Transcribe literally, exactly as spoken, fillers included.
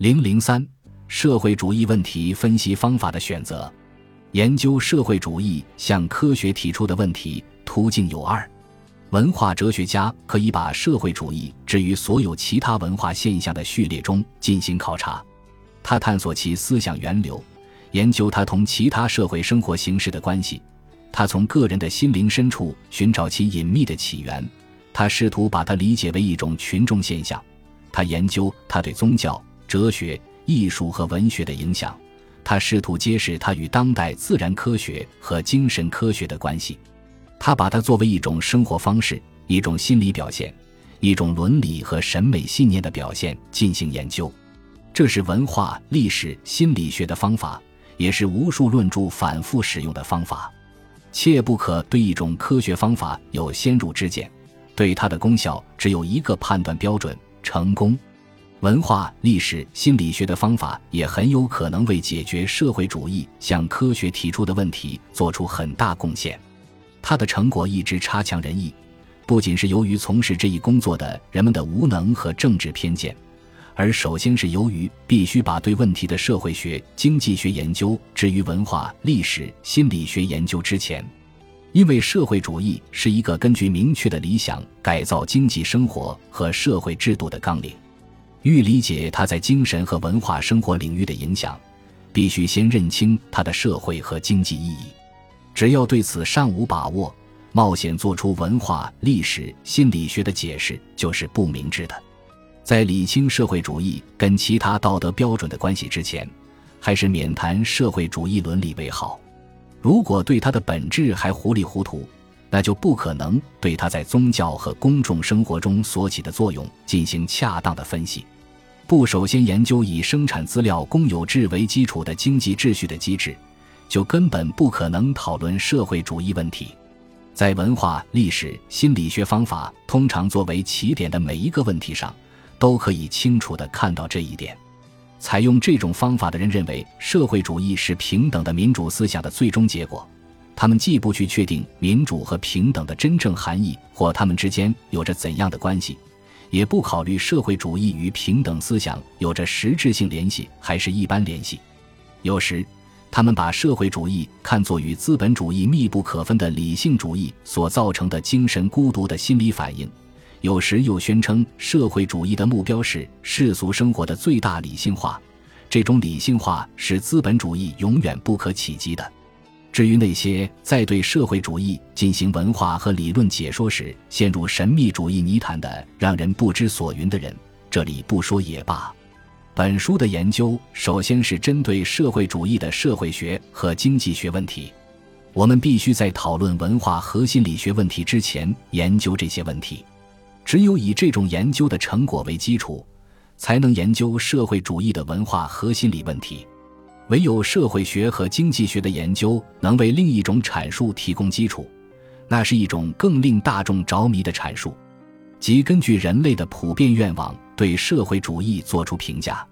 零零三社会主义问题分析方法的选择。研究社会主义向科学提出的问题途径有二。文化哲学家可以把社会主义置于所有其他文化现象的序列中进行考察，他探索其思想源流，研究它同其他社会生活形式的关系，他从个人的心灵深处寻找其隐秘的起源，他试图把它理解为一种群众现象，他研究它对宗教、哲学、艺术和文学的影响，他试图揭示它与当代自然科学和精神科学的关系，他把它作为一种生活方式、一种心理表现、一种伦理和审美信念的表现进行研究。这是文化、历史、心理学的方法，也是无数论著反复使用的方法。切不可对一种科学方法有先入之见，对它的功效只有一个判断标准：成功。文化、历史、心理学的方法也很有可能为解决社会主义向科学提出的问题做出很大贡献。它的成果一直差强人意，不仅是由于从事这一工作的人们的无能和政治偏见，而首先是由于必须把对问题的社会学、经济学研究置于文化、历史、心理学研究之前。因为社会主义是一个根据明确的理想改造经济生活和社会制度的纲领，欲理解它在精神和文化生活领域的影响，必须先认清它的社会和经济意义。只要对此尚无把握，冒险做出文化、历史、心理学的解释就是不明智的。在理清社会主义跟其他道德标准的关系之前，还是免谈社会主义伦理为好。如果对它的本质还糊里糊涂，那就不可能对它在宗教和公众生活中所起的作用进行恰当的分析。不首先研究以生产资料公有制为基础的经济秩序的机制，就根本不可能讨论社会主义问题。在文化、历史、心理学方法通常作为起点的每一个问题上，都可以清楚地看到这一点。采用这种方法的人认为社会主义是平等的民主思想的最终结果，他们既不去确定民主和平等的真正含义或他们之间有着怎样的关系，也不考虑社会主义与平等思想有着实质性联系还是一般联系。有时他们把社会主义看作与资本主义密不可分的理性主义所造成的精神孤独的心理反应，有时又宣称社会主义的目标是世俗生活的最大理性化，这种理性化是资本主义永远不可企及的。至于那些在对社会主义进行文化和理论解说时陷入神秘主义泥潭的让人不知所云的人，这里不说也罢。本书的研究首先是针对社会主义的社会学和经济学问题，我们必须在讨论文化和心理学问题之前研究这些问题。只有以这种研究的成果为基础，才能研究社会主义的文化和心理问题。唯有社会学和经济学的研究能为另一种阐述提供基础，那是一种更令大众着迷的阐述，即根据人类的普遍愿望对社会主义做出评价。